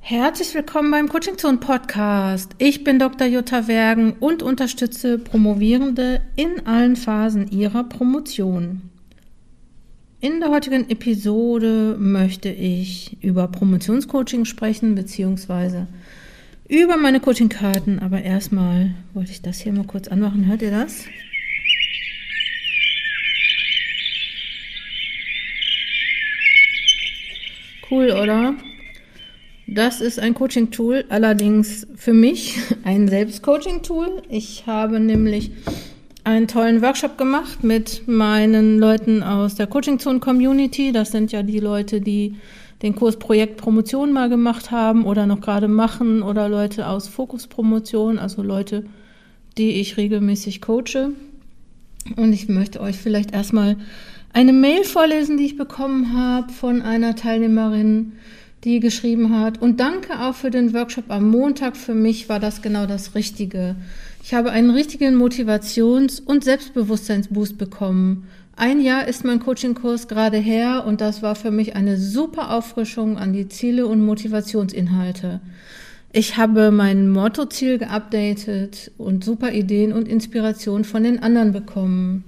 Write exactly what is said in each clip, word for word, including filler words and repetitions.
Herzlich willkommen beim Coaching Zone Podcast. Ich bin Doktor Jutta Wergen und unterstütze Promovierende in allen Phasen ihrer Promotion. In der heutigen Episode möchte ich über Promotionscoaching sprechen, beziehungsweise über meine Coachingkarten. Aber erstmal wollte ich das hier mal kurz anmachen. Hört ihr das? Cool, oder? Das ist ein Coaching-Tool, allerdings für mich ein Selbst-Coaching-Tool. Ich habe nämlich einen tollen Workshop gemacht mit meinen Leuten aus der Coaching-Zone-Community. Das sind ja die Leute, die den Kurs Projekt Promotion mal gemacht haben oder noch gerade machen, oder Leute aus Fokus Promotion, also Leute, die ich regelmäßig coache. Und ich möchte euch vielleicht erstmal eine Mail vorlesen, die ich bekommen habe von einer Teilnehmerin, die geschrieben hat: Und danke auch für den Workshop am Montag. Für mich war das genau das Richtige. Ich habe einen richtigen Motivations- und Selbstbewusstseinsboost bekommen. Ein Jahr ist mein Coachingkurs gerade her und das war für mich eine super Auffrischung an die Ziele und Motivationsinhalte. Ich habe mein Mottoziel geupdatet und super Ideen und Inspiration von den anderen bekommen.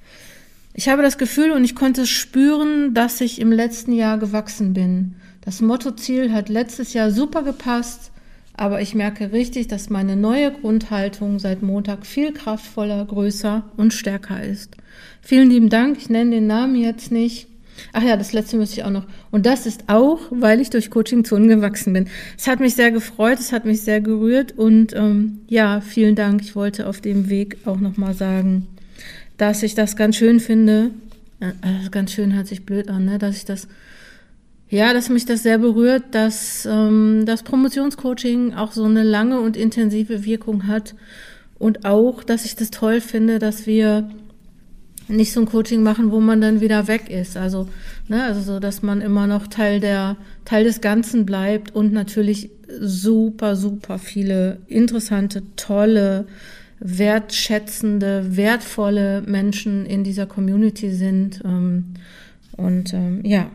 Ich habe das Gefühl und ich konnte spüren, dass ich im letzten Jahr gewachsen bin. Das Mottoziel hat letztes Jahr super gepasst, aber ich merke richtig, dass meine neue Grundhaltung seit Montag viel kraftvoller, größer und stärker ist. Vielen lieben Dank, ich nenne den Namen jetzt nicht. Ach ja, das letzte müsste ich auch noch. Und das ist auch, weil ich durch Coaching Zone gewachsen bin. Es hat mich sehr gefreut, es hat mich sehr gerührt und ähm, ja, vielen Dank. Ich wollte auf dem Weg auch nochmal sagen, dass ich das ganz schön finde. Äh, ganz schön hört sich blöd an, ne? Dass ich das Ja, dass mich das sehr berührt, dass ähm, das Promotionscoaching auch so eine lange und intensive Wirkung hat, und auch, dass ich das toll finde, dass wir nicht so ein Coaching machen, wo man dann wieder weg ist. Also, ne, also so, dass man immer noch Teil der Teil des Ganzen bleibt und natürlich super, super viele interessante, tolle, wertschätzende, wertvolle Menschen in dieser Community sind. Ähm, und ähm, ja.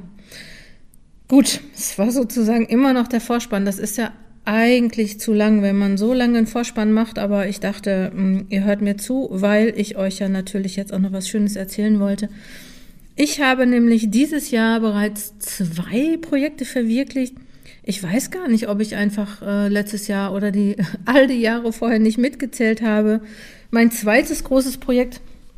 Gut, es war sozusagen immer noch der Vorspann. Das ist ja eigentlich zu lang, wenn man so lange einen Vorspann macht, aber ich dachte, ihr hört mir zu, weil ich euch ja natürlich jetzt auch noch was Schönes erzählen wollte. Ich habe nämlich dieses Jahr bereits zwei Projekte verwirklicht. Ich weiß gar nicht, ob ich einfach äh, letztes Jahr oder die all die Jahre vorher nicht mitgezählt habe. Mein zweites großes Projekt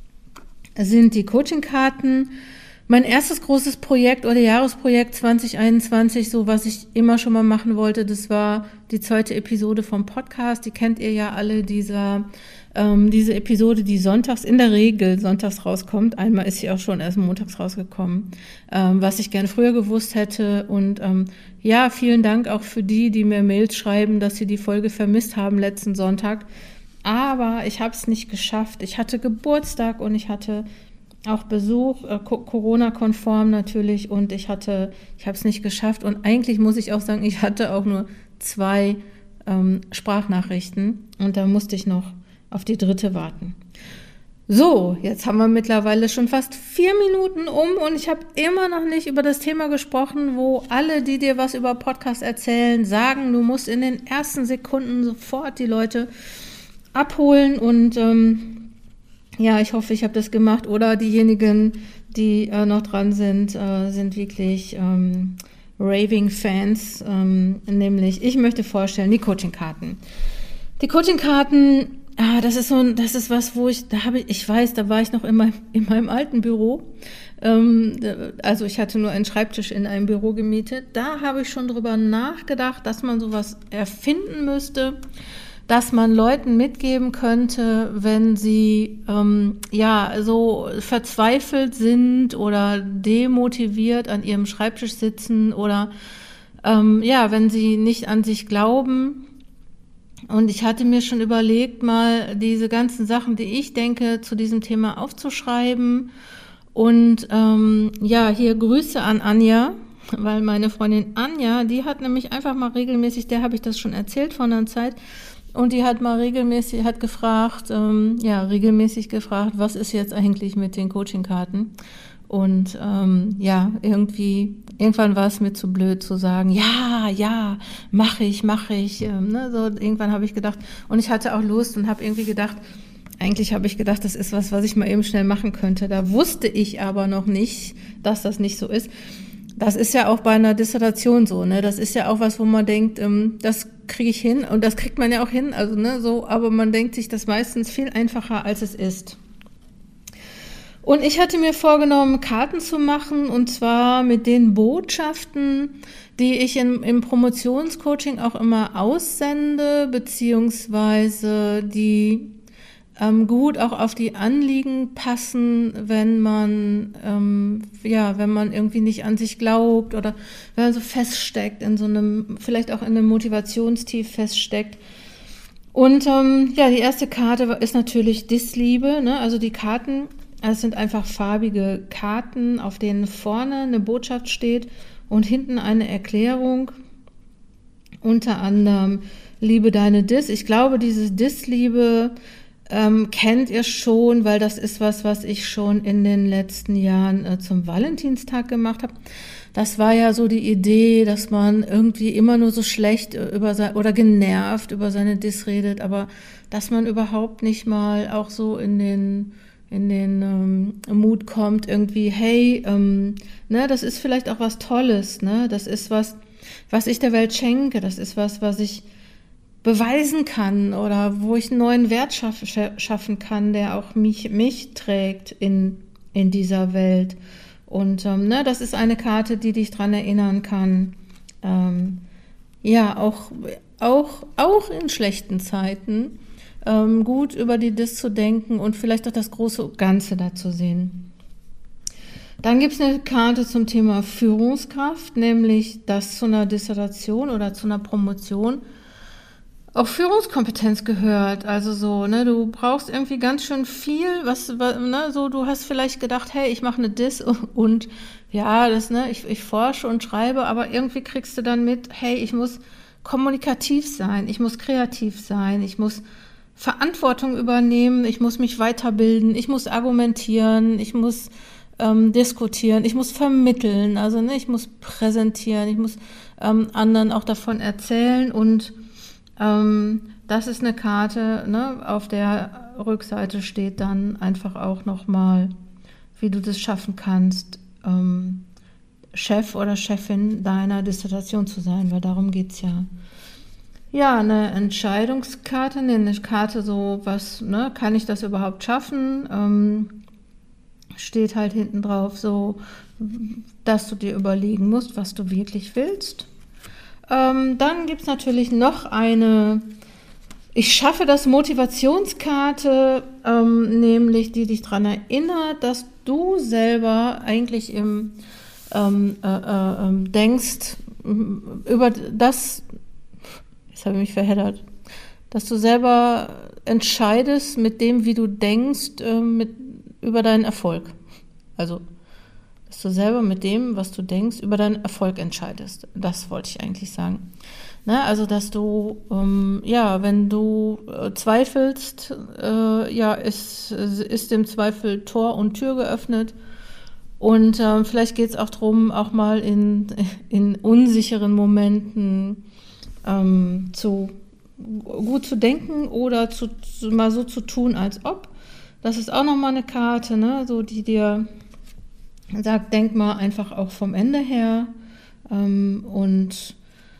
sind die Coachingkarten. Mein erstes großes Projekt oder Jahresprojekt zwanzig einundzwanzig, so was ich immer schon mal machen wollte, das war die zweite Episode vom Podcast. Die kennt ihr ja alle, dieser, ähm, diese Episode, die sonntags, in der Regel sonntags rauskommt. Einmal ist sie auch schon erst montags rausgekommen, ähm, was ich gern früher gewusst hätte. Und ähm, ja, vielen Dank auch für die, die mir Mails schreiben, dass sie die Folge vermisst haben letzten Sonntag. Aber ich habe es nicht geschafft. Ich hatte Geburtstag und ich hatte auch Besuch, äh, Corona-konform natürlich, und ich hatte, ich habe es nicht geschafft, und eigentlich muss ich auch sagen, ich hatte auch nur zwei ähm, Sprachnachrichten und da musste ich noch auf die dritte warten. So, jetzt haben wir mittlerweile schon fast vier Minuten um und ich habe immer noch nicht über das Thema gesprochen, wo alle, die dir was über Podcast erzählen, sagen, du musst in den ersten Sekunden sofort die Leute abholen, und ähm, ja, ich hoffe, ich habe das gemacht. Oder diejenigen, die äh, noch dran sind, äh, sind wirklich ähm, Raving-Fans. Ähm, nämlich, ich möchte vorstellen, die Coachingkarten. Die Coachingkarten, ah, das ist so ein, das ist was, wo ich, da habe ich, ich weiß, da war ich noch in meinem, in meinem alten Büro. Ähm, also ich hatte nur einen Schreibtisch in einem Büro gemietet. Da habe ich schon drüber nachgedacht, dass man sowas erfinden müsste, dass man Leuten mitgeben könnte, wenn sie ähm, ja so verzweifelt sind oder demotiviert an ihrem Schreibtisch sitzen oder ähm, ja, wenn sie nicht an sich glauben. Und ich hatte mir schon überlegt, mal diese ganzen Sachen, die ich denke, zu diesem Thema aufzuschreiben. Und ähm, ja, hier Grüße an Anja, weil meine Freundin Anja, die hat nämlich einfach mal regelmäßig, der habe ich das schon erzählt vor einer Zeit, und die hat mal regelmäßig, hat gefragt, ähm, ja, regelmäßig gefragt, was ist jetzt eigentlich mit den Coachingkarten? Und ähm, ja, irgendwie, irgendwann war es mir zu blöd zu sagen, ja, ja, mache ich, mache ich. Ähm, ne? So, irgendwann habe ich gedacht, und ich hatte auch Lust und habe irgendwie gedacht, eigentlich habe ich gedacht, das ist was, was ich mal eben schnell machen könnte. Da wusste ich aber noch nicht, dass das nicht so ist. Das ist ja auch bei einer Dissertation so, ne? Das ist ja auch was, wo man denkt, ähm, das kriege ich hin und das kriegt man ja auch hin, also ne, so, aber man denkt sich das meistens viel einfacher, als es ist. Und ich hatte mir vorgenommen, Karten zu machen, und zwar mit den Botschaften, die ich in, im Promotionscoaching auch immer aussende, beziehungsweise die ähm, gut auch auf die Anliegen passen, wenn man ähm, ja, wenn man irgendwie nicht an sich glaubt oder wenn man so feststeckt in so einem, vielleicht auch in einem Motivationstief feststeckt. Und ähm, ja, die erste Karte ist natürlich Disliebe, ne? Also die Karten, es sind einfach farbige Karten, auf denen vorne eine Botschaft steht und hinten eine Erklärung. Unter anderem Liebe deine Dis. Ich glaube, dieses Disliebe ähm, kennt ihr schon, weil das ist was, was ich schon in den letzten Jahren äh, zum Valentinstag gemacht habe. Das war ja so die Idee, dass man irgendwie immer nur so schlecht über sein, oder genervt über seine Dis redet, aber dass man überhaupt nicht mal auch so in den in den ähm, Mut kommt, irgendwie, hey, ähm, ne, das ist vielleicht auch was Tolles, ne, das ist was, was ich der Welt schenke, das ist was, was ich beweisen kann oder wo ich einen neuen Wert schaff, schaffen kann, der auch mich, mich trägt in, in dieser Welt. Und ähm, ne, das ist eine Karte, die dich dran erinnern kann, ähm, ja, auch, auch, auch in schlechten Zeiten, ähm, gut über die Dis zu denken und vielleicht auch das große Ganze da zu sehen. Dann gibt es eine Karte zum Thema Führungskraft, nämlich dass zu einer Dissertation oder zu einer Promotion auch Führungskompetenz gehört. Also so, ne, du brauchst irgendwie ganz schön viel, was, ne, so, du hast vielleicht gedacht, hey, ich mache eine Dis und ja, das, ne, ich, ich forsche und schreibe, aber irgendwie kriegst du dann mit, hey, ich muss kommunikativ sein, ich muss kreativ sein, ich muss Verantwortung übernehmen, ich muss mich weiterbilden, ich muss argumentieren, ich muss ähm, diskutieren, ich muss vermitteln, also ne, ich muss präsentieren, ich muss ähm, anderen auch davon erzählen und ähm, das ist eine Karte, ne, auf der Rückseite steht dann einfach auch nochmal, wie du das schaffen kannst, ähm, Chef oder Chefin deiner Dissertation zu sein, weil darum geht's ja. Ja, eine Entscheidungskarte, eine Karte so, was, ne, kann ich das überhaupt schaffen? Ähm, steht halt hinten drauf so, dass du dir überlegen musst, was du wirklich willst. Ähm, dann gibt's natürlich noch eine, ich schaffe das Motivationskarte, ähm, nämlich die dich daran erinnert, dass du selber eigentlich im ähm, äh, äh, denkst, über das, jetzt habe ich mich verheddert, dass du selber entscheidest mit dem, wie du denkst, äh, mit, über deinen Erfolg. Also, dass du selber mit dem, was du denkst, über deinen Erfolg entscheidest. Das wollte ich eigentlich sagen. Ne? Also, dass du, ähm, ja, wenn du äh, zweifelst, äh, ja, ist, ist dem Zweifel Tor und Tür geöffnet. Und ähm, vielleicht geht es auch darum, auch mal in, in unsicheren Momenten ähm, zu gut zu denken oder zu, zu, mal so zu tun, als ob. Das ist auch nochmal eine Karte, ne, so die dir sagt, denk mal einfach auch vom Ende her ähm, und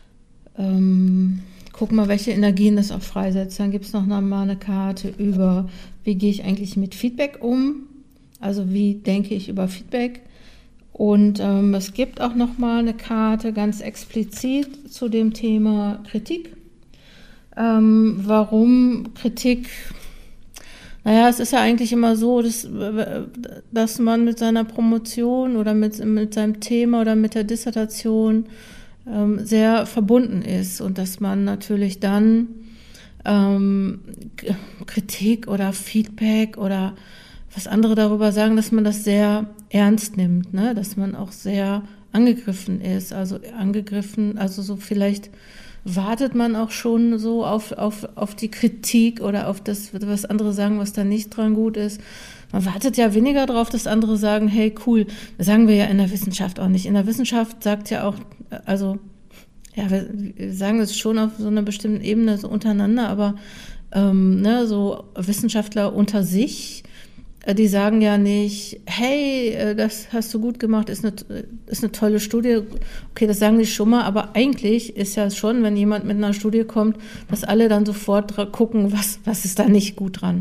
ähm, guck mal, welche Energien das auch freisetzt. Dann gibt es noch mal eine Karte über, wie gehe ich eigentlich mit Feedback um, also wie denke ich über Feedback. Und ähm, es gibt auch noch mal eine Karte ganz explizit zu dem Thema Kritik. Ähm, warum Kritik? Naja, es ist ja eigentlich immer so, dass, dass man mit seiner Promotion oder mit, mit seinem Thema oder mit der Dissertation ähm, sehr verbunden ist und dass man natürlich dann ähm, Kritik oder Feedback oder was andere darüber sagen, dass man das sehr ernst nimmt, ne? Dass man auch sehr angegriffen ist, also angegriffen, also so vielleicht wartet man auch schon so auf, auf, auf die Kritik oder auf das, was andere sagen, was da nicht dran gut ist. Man wartet ja weniger darauf, dass andere sagen, hey, cool. Das sagen wir ja in der Wissenschaft auch nicht. In der Wissenschaft sagt ja auch, also, ja, wir sagen es schon auf so einer bestimmten Ebene so untereinander, aber ähm, ne, so Wissenschaftler unter sich, die sagen ja nicht, hey, das hast du gut gemacht, ist eine, ist eine tolle Studie. Okay, das sagen die schon mal, aber eigentlich ist ja schon, wenn jemand mit einer Studie kommt, dass alle dann sofort gucken, was, was ist da nicht gut dran.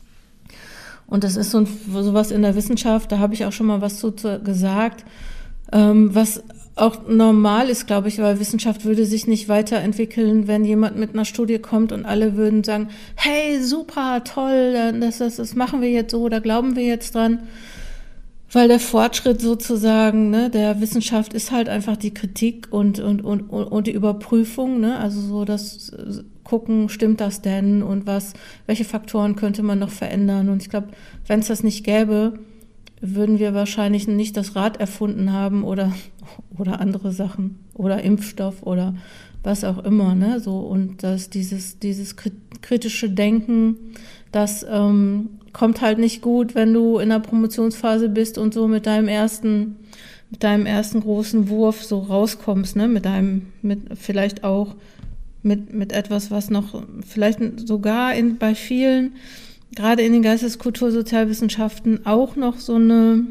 Und das ist so ein, sowas in der Wissenschaft, da habe ich auch schon mal was zu, zu gesagt, ähm, was auch normal ist, glaube ich, weil Wissenschaft würde sich nicht weiterentwickeln, wenn jemand mit einer Studie kommt und alle würden sagen, hey, super, toll, das, das, das machen wir jetzt so, da glauben wir jetzt dran. Weil der Fortschritt sozusagen, ne, der Wissenschaft ist halt einfach die Kritik und, und, und, und die Überprüfung, ne, also so das Gucken, stimmt das denn und was, welche Faktoren könnte man noch verändern? Und ich glaube, wenn es das nicht gäbe, würden wir wahrscheinlich nicht das Rad erfunden haben oder, oder andere Sachen oder Impfstoff oder was auch immer, ne, so. Und das, dieses, dieses kritische Denken, das ähm, kommt halt nicht gut, wenn du in der Promotionsphase bist und so mit deinem ersten, mit deinem ersten großen Wurf so rauskommst, ne, mit deinem, mit vielleicht auch mit, mit etwas, was noch vielleicht sogar in, bei vielen, gerade in den Geistes-, Kultur-, Sozialwissenschaften auch noch so eine,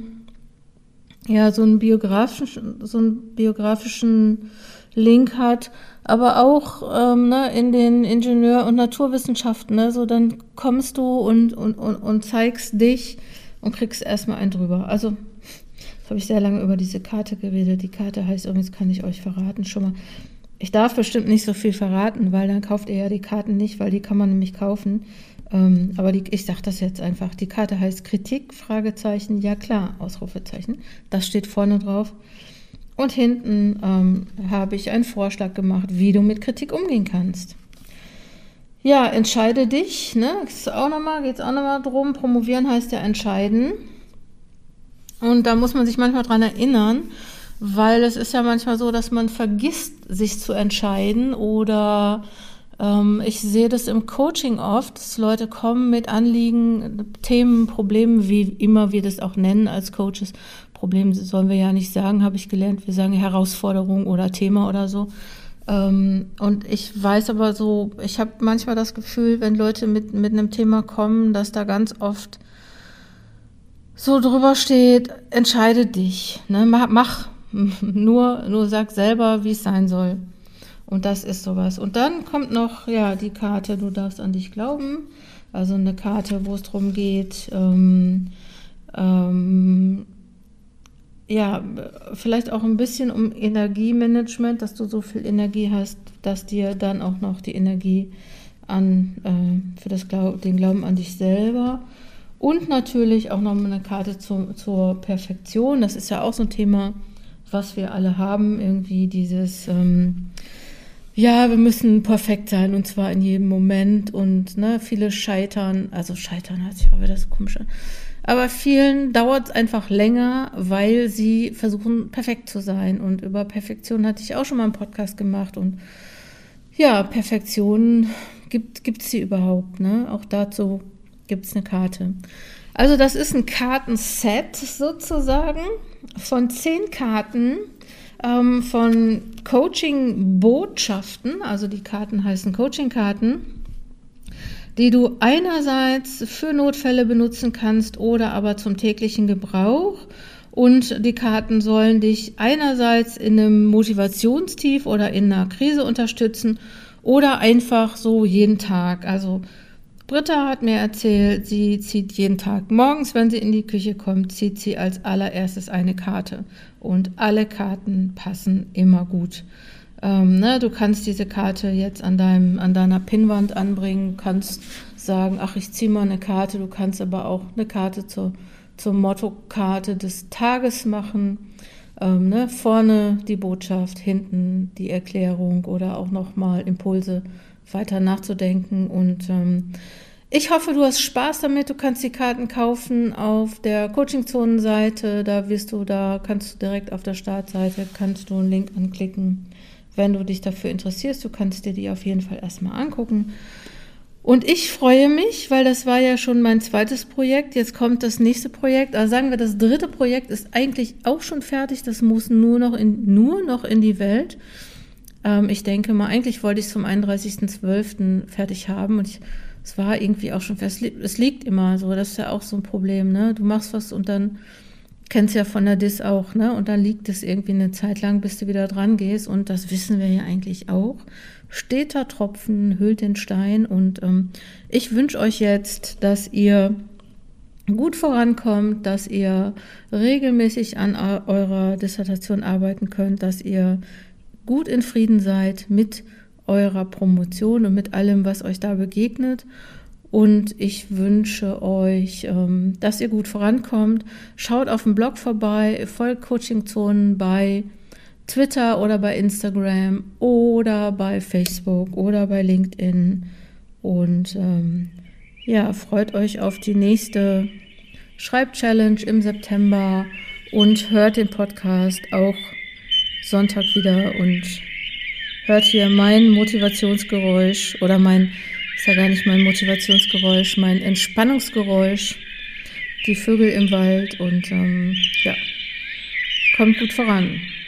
ja, so einen biografischen, so einen biografischen Link hat, aber auch ähm, ne, in den Ingenieur- und Naturwissenschaften, ne, so dann kommst du und, und, und, und zeigst dich und kriegst erstmal einen drüber. Also, jetzt habe ich sehr lange über diese Karte geredet. Die Karte heißt übrigens, kann ich euch verraten, schon mal. Ich darf bestimmt nicht so viel verraten, weil dann kauft ihr ja die Karten nicht, weil die kann man nämlich kaufen. Ähm, aber die, ich sage das jetzt einfach. Die Karte heißt Kritik, Fragezeichen, ja klar, Ausrufezeichen. Das steht vorne drauf. Und hinten ähm, habe ich einen Vorschlag gemacht, wie du mit Kritik umgehen kannst. Ja, entscheide dich, ne? Ist auch noch mal, geht's auch nochmal drum. Promovieren heißt ja entscheiden. Und da muss man sich manchmal dran erinnern, weil es ist ja manchmal so, dass man vergisst, sich zu entscheiden oder ähm, ich sehe das im Coaching oft, dass Leute kommen mit Anliegen, Themen, Problemen, wie immer wir das auch nennen als Coaches. Problem sollen wir ja nicht sagen, habe ich gelernt. Wir sagen Herausforderung oder Thema oder so. Ähm, und ich weiß aber so, ich habe manchmal das Gefühl, wenn Leute mit, mit einem Thema kommen, dass da ganz oft so drüber steht, entscheide dich, ne? Mach, mach. Nur, nur sag selber, wie es sein soll. Und das ist sowas. Und dann kommt noch, ja, die Karte, du darfst an dich glauben. Also eine Karte, wo es darum geht, ähm, ähm, ja, vielleicht auch ein bisschen um Energiemanagement, dass du so viel Energie hast, dass dir dann auch noch die Energie an, äh, für das Glaub, den Glauben an dich selber und natürlich auch noch eine Karte zu, zur Perfektion. Das ist ja auch so ein Thema, was wir alle haben, irgendwie dieses, ähm, ja, wir müssen perfekt sein und zwar in jedem Moment und ne, viele scheitern, also scheitern hat sich auch wieder so komisch an, aber vielen dauert es einfach länger, weil sie versuchen, perfekt zu sein und über Perfektion hatte ich auch schon mal einen Podcast gemacht und ja, Perfektion, gibt es sie überhaupt, ne? Auch dazu gibt es eine Karte. Also das ist ein Kartenset sozusagen von zehn Karten ähm, von Coaching-Botschaften, also die Karten heißen Coaching-Karten, die du einerseits für Notfälle benutzen kannst oder aber zum täglichen Gebrauch. Und die Karten sollen dich einerseits in einem Motivationstief oder in einer Krise unterstützen oder einfach so jeden Tag. Also Britta hat mir erzählt, sie zieht jeden Tag morgens, wenn sie in die Küche kommt, zieht sie als allererstes eine Karte. Und alle Karten passen immer gut. Ähm, ne, du kannst diese Karte jetzt an, deinem, an deiner Pinnwand anbringen, kannst sagen, ach, ich ziehe mal eine Karte. Du kannst aber auch eine Karte zur, zur Mottokarte des Tages machen. Ähm, ne, vorne die Botschaft, hinten die Erklärung oder auch nochmal Impulse weiter nachzudenken. Und ähm, Ich hoffe, du hast Spaß damit. Du kannst die Karten kaufen auf der Coaching-Zonen-Seite. Da wirst du, da kannst du direkt auf der Startseite, kannst du einen Link anklicken, wenn du dich dafür interessierst. Du kannst dir die auf jeden Fall erstmal angucken. Und ich freue mich, weil das war ja schon mein zweites Projekt. Jetzt kommt das nächste Projekt. Also sagen wir, das dritte Projekt ist eigentlich auch schon fertig. Das muss nur noch in, nur noch in die Welt. Ähm, ich denke mal, eigentlich wollte ich es zum einunddreißigsten zwölften fertig haben. Und ich Es war irgendwie auch schon fest. Es liegt immer so, das ist ja auch so ein Problem, ne? Du machst was und dann, kennst ja von der D I S auch, ne? Und dann liegt es irgendwie eine Zeit lang, bis du wieder dran gehst. Und das wissen wir ja eigentlich auch. Steter Tropfen höhlt den Stein. Und ähm, ich wünsche euch jetzt, dass ihr gut vorankommt, dass ihr regelmäßig an eurer Dissertation arbeiten könnt, dass ihr gut in Frieden seid mit eurer Promotion und mit allem, was euch da begegnet. Und ich wünsche euch, ähm, dass ihr gut vorankommt. Schaut auf dem Blog vorbei, folgt Coaching-Zonen bei Twitter oder bei Instagram oder bei Facebook oder bei LinkedIn. Und ähm, ja, freut euch auf die nächste Schreib-Challenge im September und hört den Podcast auch Sonntag wieder und hört hier mein Motivationsgeräusch oder mein, ist ja gar nicht mein Motivationsgeräusch, mein Entspannungsgeräusch, die Vögel im Wald und ähm, ja, kommt gut voran.